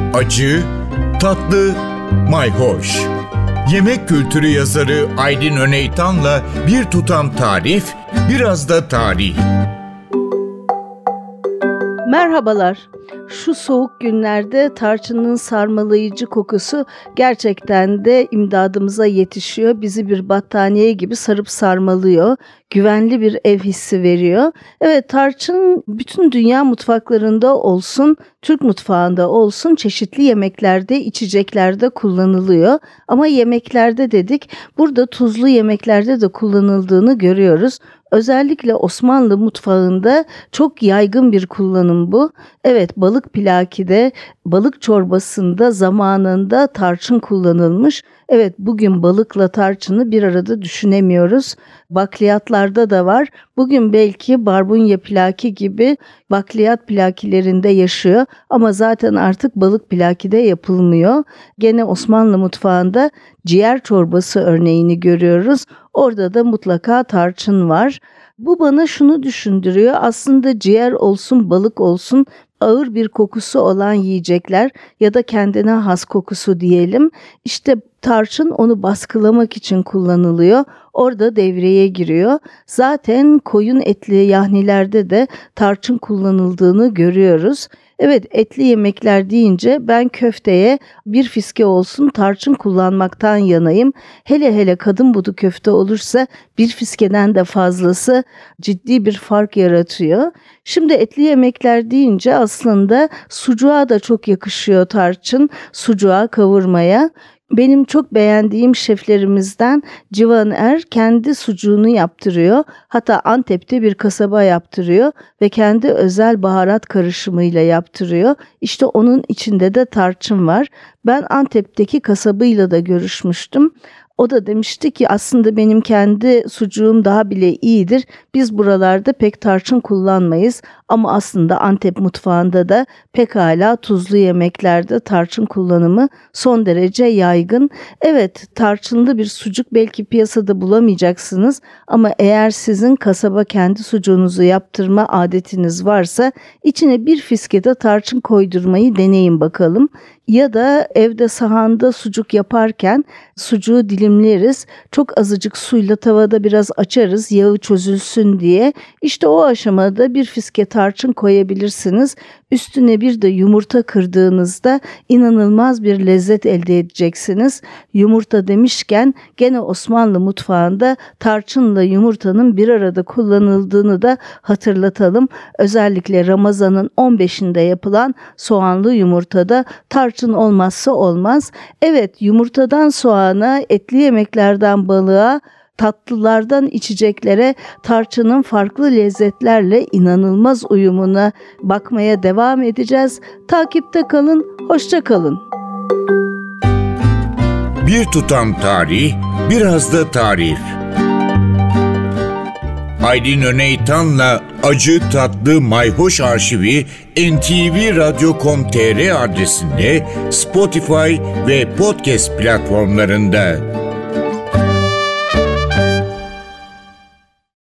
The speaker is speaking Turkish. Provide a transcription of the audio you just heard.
acı, tatlı, mayhoş. Yemek kültürü yazarı Aydin Öneytan'la bir tutam tarif, biraz da tarih. Merhabalar. Şu soğuk günlerde tarçının sarmalayıcı kokusu gerçekten de imdadımıza yetişiyor. Bizi bir battaniye gibi sarıp sarmalıyor. Güvenli bir ev hissi veriyor. Evet, tarçın bütün dünya mutfaklarında olsun, Türk mutfağında olsun çeşitli yemeklerde, içeceklerde kullanılıyor. Ama yemeklerde dedik, burada tuzlu yemeklerde de kullanıldığını görüyoruz. Özellikle Osmanlı mutfağında çok yaygın bir kullanım bu. Evet, balık pilakide, balık çorbasında zamanında tarçın kullanılmış. Evet, bugün balıkla tarçını bir arada düşünemiyoruz. Bakliyatlarda da var. Bugün belki barbunya pilaki gibi bakliyat plakilerinde yaşıyor ama zaten artık balık pilakide yapılmıyor. Gene Osmanlı mutfağında ciğer çorbası örneğini görüyoruz. Orada da mutlaka tarçın var. Bu bana şunu düşündürüyor. Aslında ciğer olsun, balık olsun ağır bir kokusu olan yiyecekler ya da kendine has kokusu diyelim. İşte tarçın onu baskılamak için kullanılıyor. Orada devreye giriyor. Zaten koyun etli yahnilerde de tarçın kullanıldığını görüyoruz. Evet, etli yemekler deyince ben köfteye bir fiske olsun tarçın kullanmaktan yanayım. Hele hele kadın budu köfte olursa bir fiskeden de fazlası ciddi bir fark yaratıyor. Şimdi etli yemekler deyince aslında sucuğa da çok yakışıyor tarçın, sucuğa kavurmaya. Benim çok beğendiğim şeflerimizden Civan Er kendi sucuğunu yaptırıyor. Hatta Antep'te bir kasaba yaptırıyor ve kendi özel baharat karışımıyla yaptırıyor. İşte onun içinde de tarçın var. Ben Antep'teki kasabıyla da görüşmüştüm. O da demişti ki aslında benim kendi sucuğum daha bile iyidir. Biz buralarda pek tarçın kullanmayız ama aslında Antep mutfağında da pekala tuzlu yemeklerde tarçın kullanımı son derece yaygın. Evet, tarçınlı bir sucuk belki piyasada bulamayacaksınız ama eğer sizin kasaba kendi sucuğunuzu yaptırma adetiniz varsa içine bir fiske de tarçın koydurmayı deneyin bakalım. Ya da evde sahanda sucuk yaparken sucuğu dilimleriz. Çok azıcık suyla tavada biraz açarız yağı çözülsün diye. İşte o aşamada bir fiske tarçın koyabilirsiniz. Üstüne bir de yumurta kırdığınızda inanılmaz bir lezzet elde edeceksiniz. Yumurta demişken gene Osmanlı mutfağında tarçınla yumurtanın bir arada kullanıldığını da hatırlatalım. Özellikle Ramazan'ın 15'inde yapılan soğanlı yumurtada tarçın olmazsa olmaz. Evet, yumurtadan soğana, etli yemeklerden balığa, tatlılardan içeceklere tarçının farklı lezzetlerle inanılmaz uyumuna bakmaya devam edeceğiz. Takipte kalın, hoşça kalın. Bir tutam tarih, biraz da tarif. Aydin Öneytan'la acı tatlı mayhoş arşivi ntvradio.com.tr adresinde Spotify ve podcast platformlarında.